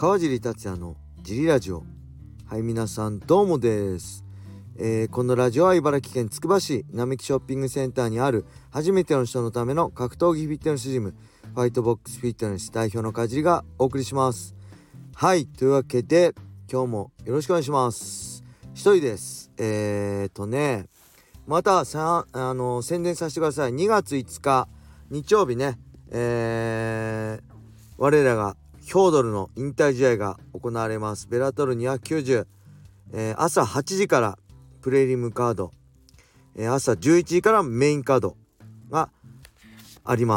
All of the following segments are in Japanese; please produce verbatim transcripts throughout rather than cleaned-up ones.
川尻達也のジリラジオ。はい、皆さんどうもです、えー、このラジオは茨城県つくば市並木ショッピングセンターにある初めての人のための格闘技フィットネスジム、ファイトボックスフィットネス代表の川尻がお送りします。はい、というわけで今日もよろしくお願いします。一人です。えーとねまたさあの宣伝させてください。にがついつか日曜日ね、えー、我らがヒョードルの引退試合が行われます。ベラトルにひゃくきゅうじゅう、えー、朝はちじからプレリムカード、えー、朝じゅういちじからメインカードがあります。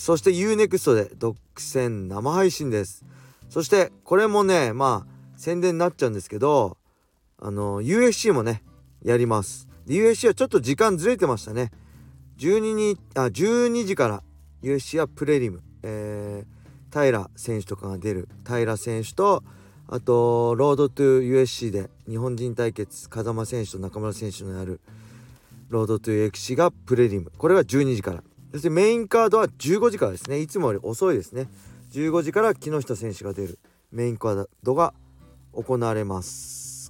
そして ユーネクスト で独占生配信です。そしてこれもねまあ宣伝になっちゃうんですけど、あの ユーエフシー もねやります。 ユーエフシー はちょっと時間ずれてましたね。じゅうににあじゅうにじから ユーエフシー はプレリム、えー平選手とかが出る平選手と、あとロードトゥ ユーエフシー で日本人対決風間選手と中村選手のやるロードトゥ ユーエフシー がプレリム、これがじゅうにじから。そしてメインカードはじゅうごじからですね。いつもより遅いですね。じゅうごじから木下選手が出るメインカードが行われます。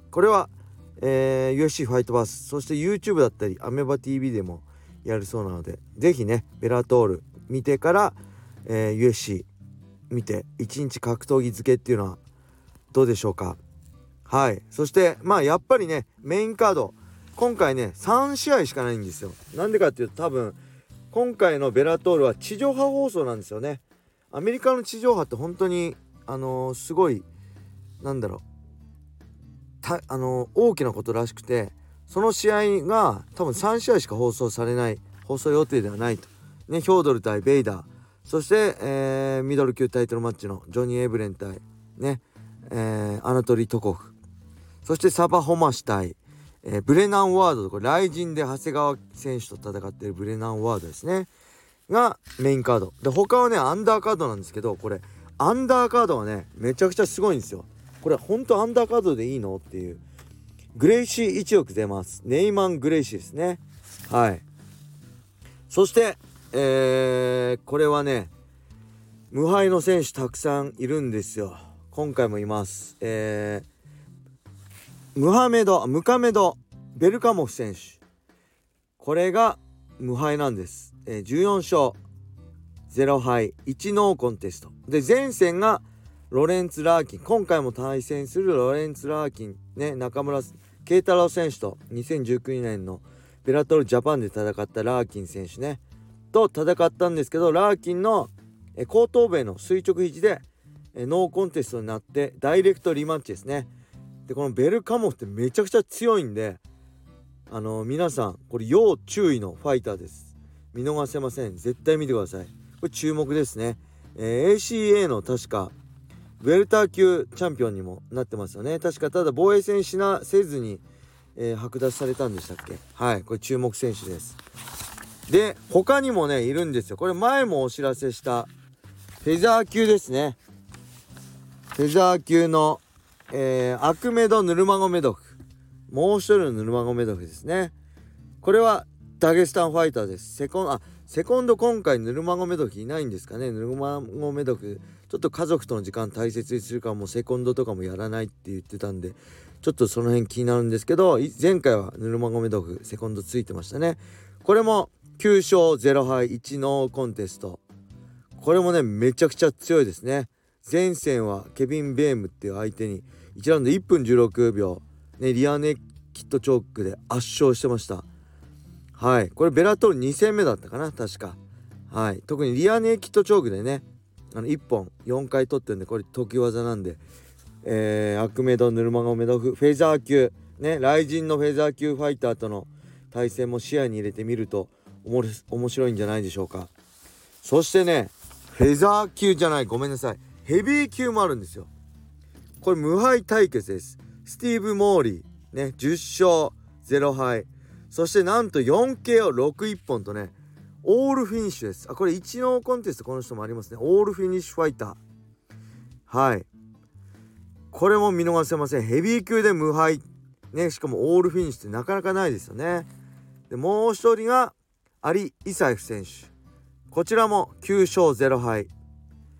これは、えー、ユーエフシー ファイトバース、そして YouTube だったりアメバ ティーブイ でもやるそうなので、ぜひねベラトール見てから、えー、ユーエフシー見ていちにち格闘技漬けっていうのはどうでしょうか。はい。そしてまあやっぱりねメインカード今回ねさんしあいしかないんですよ。なんでかっていうと、多分今回のベラトールは地上波放送なんですよね。アメリカの地上波って本当にあのー、すごいなんだろうたあのー、大きなことらしくて、その試合が多分さんしあいしか放送されない、放送予定ではないとね。ヒョードル対ベイダー、そして、えー、ミドル級タイトルマッチのジョニー・エブレン対ね、えー、アナトリー・トコフ、そしてサバ・ホマシ対、えー、ブレナン・ワード、これ雷神で長谷川選手と戦っているブレナン・ワードですねがメインカードで、他はねアンダーカードなんですけど、これアンダーカードはねめちゃくちゃすごいんですよ。これほんとアンダーカードでいいのっていう。グレイシー一億出ます。ネイマン・グレイシーですね。はい。そしてえー、これはね無敗の選手たくさんいるんですよ。今回もいます。えー、ムハメドムカメドベルカモフ選手、これが無敗なんです。えー、じゅうよんしょうゼロはいいちノーコンテストで、前戦がロレンツ・ラーキン、今回も対戦するロレンツ・ラーキンね、中村慶太郎選手とにせんじゅうきゅうねんのベラトルジャパンで戦ったラーキン選手ねと戦ったんですけど、ラーキンの後頭部への垂直肘でノーコンテストになってダイレクトリマッチですね。でこのベルカモフってめちゃくちゃ強いんで、あのー、皆さんこれ要注意のファイターです。見逃せません。絶対見てください。これ注目ですね。えー、エーシーエー の確かウェルター級チャンピオンにもなってますよね。確かただ防衛戦しなせずに、えー、剥奪されたんでしたっけ。はい、これ注目選手です。で他にもねいるんですよ。これ前もお知らせしたフェザー級ですね。フェザー級の、えー、アクメド・ヌルマゴメドフ、もう一人のヌルマゴメドフですね。これはダゲスタンファイターです。セコンあセコンド今回ヌルマゴメドフいないんですかね。ヌルマゴメドフちょっと家族との時間大切にするからもうセコンドとかもやらないって言ってたんで、ちょっとその辺気になるんですけど、前回はヌルマゴメドフセコンドついてましたね。これもきゅうしょうゼロはいいちノーコンテスト、これもねめちゃくちゃ強いですね。前戦はケビン・ベームっていう相手にいちラウンドいっぷんじゅうろくびょう、ね、リアネキットチョークで圧勝してました。はい、これベラトールに戦目だったかな確か。はい、特にリアネキットチョークでねあのいっぽんよんかい取ってるんで、これ得意技なんで、えー、アクメド・ヌルマゴメドフフェザー級ね、雷神のフェザー級ファイターとの対戦も視野に入れてみるとおも面白いんじゃないでしょうか。そしてねフェザー級じゃないごめんなさいヘビー級もあるんですよ。これ無敗対決です。スティーブ・モーリーねじゅっしょうゼロはい、そしてなんと よんケーオーろくいっぽんとねオールフィニッシュです。あこれいちノーコンテストこの人もありますね。オールフィニッシュファイター、はいこれも見逃せません。ヘビー級で無敗ね、しかもオールフィニッシュってなかなかないですよね。でもう一人がアリ・イサエフ選手、こちらもきゅうしょうゼロはい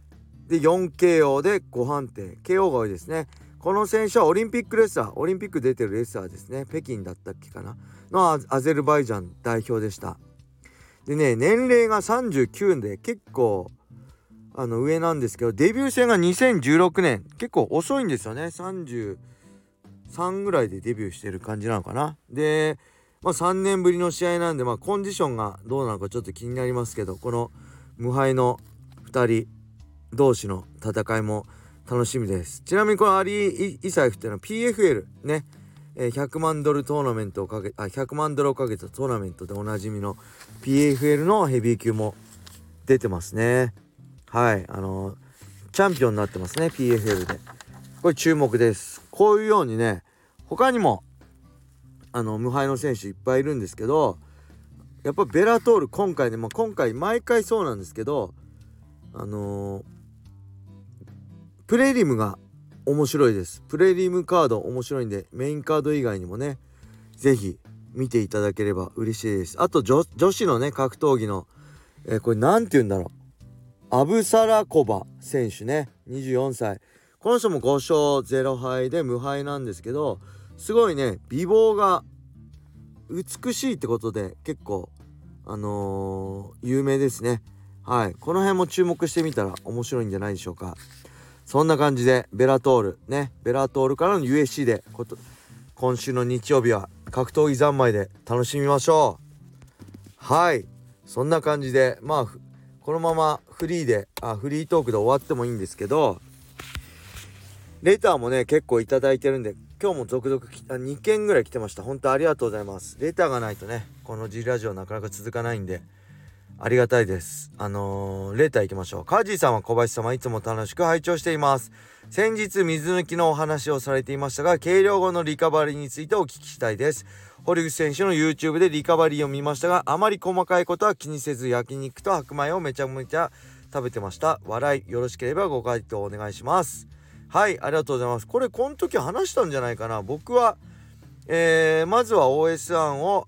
で よんケーオー でご判定、 ケーオー が多いですね。この選手はオリンピックレスラー、オリンピック出てるレスラーですね。北京だったっけかなのアゼルバイジャン代表でした。でね、年齢がさんじゅうきゅうで結構あの上なんですけど、デビュー戦がにせんじゅうろくねん、結構遅いんですよね。さんじゅうさんぐらいでデビューしてる感じなのかな。で、まあ、さんねんぶりの試合なんで、まあ、コンディションがどうなのかちょっと気になりますけど、この無敗のふたり同士の戦いも楽しみです。ちなみにこのアリー・イサエフっていうのは ピーエフエル ね、ひゃくまんドルトーナメントをかけあひゃくまんドルをかけたトーナメントでおなじみの ピーエフエル のヘビー級も出てますね。はい、あのチャンピオンになってますね ピーエフエル で。これ注目です。こういうようにね、他にもあの無敗の選手いっぱいいるんですけど、やっぱベラトール今回ね、まあ、今回毎回そうなんですけど、あのー、プレリムが面白いです。プレリムカード面白いんで、メインカード以外にもねぜひ見ていただければ嬉しいです。あと 女, 女子のね格闘技の、えー、これなんて言うんだろう、アブサラコバ選手ね、にじゅうよんさい。この人もご勝ぜろ敗で無敗なんですけど、すごいね美貌が美しいってことで結構あのー、有名ですね。はい、この辺も注目してみたら面白いんじゃないでしょうか。そんな感じでベラトールね、ベラトールからの ユーエフシー でこと今週の日曜日は格闘技三昧で楽しみましょう。はい、そんな感じでまあこのままフリーであフリートークで終わってもいいんですけど、レターもね結構いただいてるんで、今日も続々きあにけんぐらい来てました。本当ありがとうございます。レターがないとねこの G ラジオなかなか続かないんでありがたいです。あのー、レター行きましょう。カージーさんは小林様いつも楽しく拝聴しています。先日水抜きのお話をされていましたが、計量後のリカバリーについてお聞きしたいです。堀口選手の YouTube でリカバリーを見ましたが、あまり細かいことは気にせず焼肉と白米をめちゃめちゃ食べてました。笑い、よろしければご回答お願いします。はい、ありがとうございます。これこの時話したんじゃないかな。僕は、えー、まずは オーエスワン を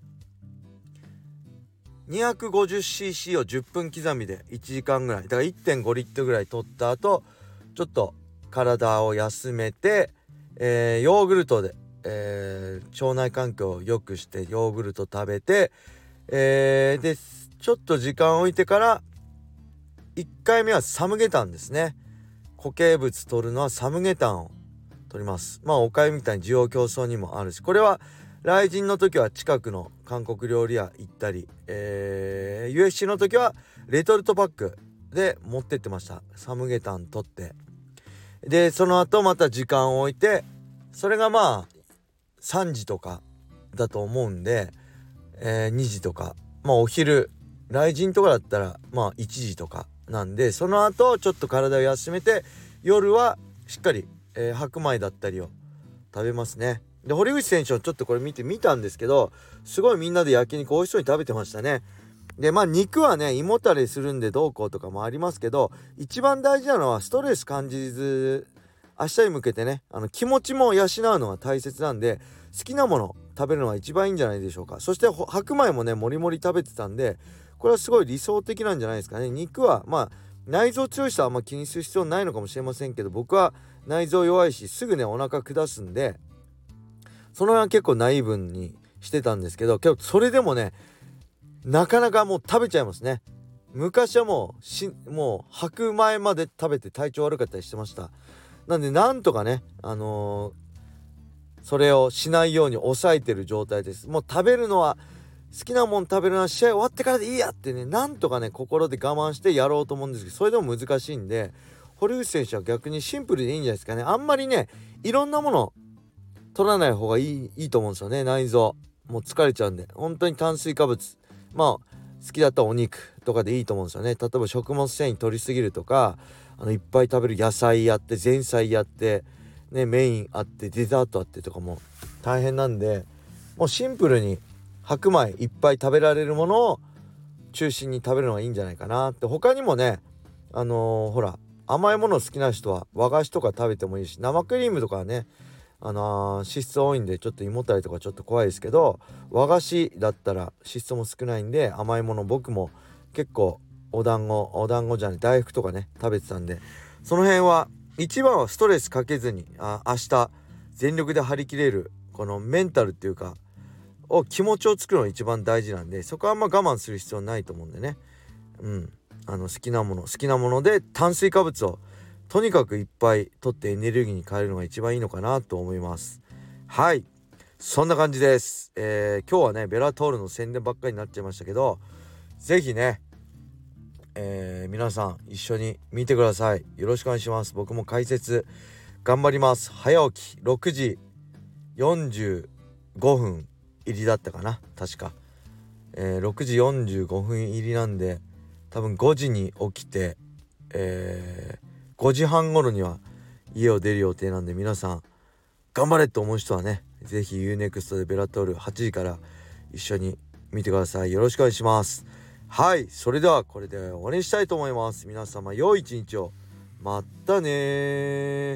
にひゃくごじゅっシーシー をじゅっぷん刻みでいちじかんぐらいだから いってんごリットルぐらい取った後、ちょっと体を休めて、えー、ヨーグルトで、えー、腸内環境を良くしてヨーグルト食べて、えー、でちょっと時間を置いてからいっかいめはサムゲタンですね。固形物取るのはサムゲタンを取ります。まあおかゆみたいに需要競争にもあるし、これは来陣の時は近くの韓国料理屋行ったり、えー、ユーエフシー の時はレトルトパックで持ってってました。サムゲタン取って、でその後また時間を置いて、それがまあさんじとかだと思うんで、えー、にじとか、まあお昼来陣とかだったらまあいちじとかなんで、その後ちょっと体を休めて夜はしっかり、えー、白米だったりを食べますね。で堀口選手をちょっとこれ見てみたんですけど、すごいみんなで焼肉美味しそうに食べてましたね。でまあ肉はね胃もたれするんでどうこうとかもありますけど、一番大事なのはストレス感じず明日に向けてねあの気持ちも養うのが大切なんで、好きなもの食べるのが一番いいんじゃないでしょうか。そして白米もねもりもり食べてたんで、これはすごい理想的なんじゃないですかね。肉はまあ内臓強い人はあんま気にする必要ないのかもしれませんけど、僕は内臓弱いしすぐねお腹下すんで、その辺は結構ナイーブにしてたんですけど、けどそれでもねなかなかもう食べちゃいますね。昔はもうしもう白米まで食べて体調悪かったりしてました。なんでなんとかねあのー、それをしないように抑えてる状態です。もう食べるのは好きなもん食べるのは試合終わってからでいいやってね、なんとかね心で我慢してやろうと思うんですけど、それでも難しいんで、堀口選手は逆にシンプルでいいんじゃないですかね。あんまりねいろんなもの取らない方がいいいいと思うんですよね。内臓もう疲れちゃうんで、本当に炭水化物、まあ好きだったらお肉とかでいいと思うんですよね。例えば食物繊維取りすぎるとか、あのいっぱい食べる野菜やって前菜やってね、メインあってデザートあってとかも大変なんで、もうシンプルに白米いっぱい食べられるものを中心に食べるのがいいんじゃないかなって。他にもねあのー、ほら甘いもの好きな人は和菓子とか食べてもいいし、生クリームとかはねあのー、脂質多いんでちょっと胃もたれとかちょっと怖いですけど、和菓子だったら脂質も少ないんで甘いもの僕も結構お団子お団子じゃない大福とかね食べてたんで、 その辺は一番はストレスかけずにあ明日全力で張り切れるこのメンタルっていうかを気持ちを作るのが一番大事なんで、そこはあんま我慢する必要ないと思うんでね。うんあの好きなもの好きなもので炭水化物をとにかくいっぱい取ってエネルギーに変えるのが一番いいのかなと思います。はい、そんな感じです。えー、今日はねベラトールの宣伝ばっかりになっちゃいましたけど、ぜひね、えー、皆さん一緒に見てください。よろしくお願いします。僕も解説頑張ります。早起きろくじよんじゅうごふん入りだったかな確か、えー、ろくじよんじゅうごふん入りなんで多分ごじに起きて、えー、ごじはん頃には家を出る予定なんで、皆さん頑張れと思う人はねぜひ ユーネクスト でベラトールはちじから一緒に見てください。よろしくお願いします。はい、それではこれで終わりにしたいと思います。皆様良い一日を。またねー。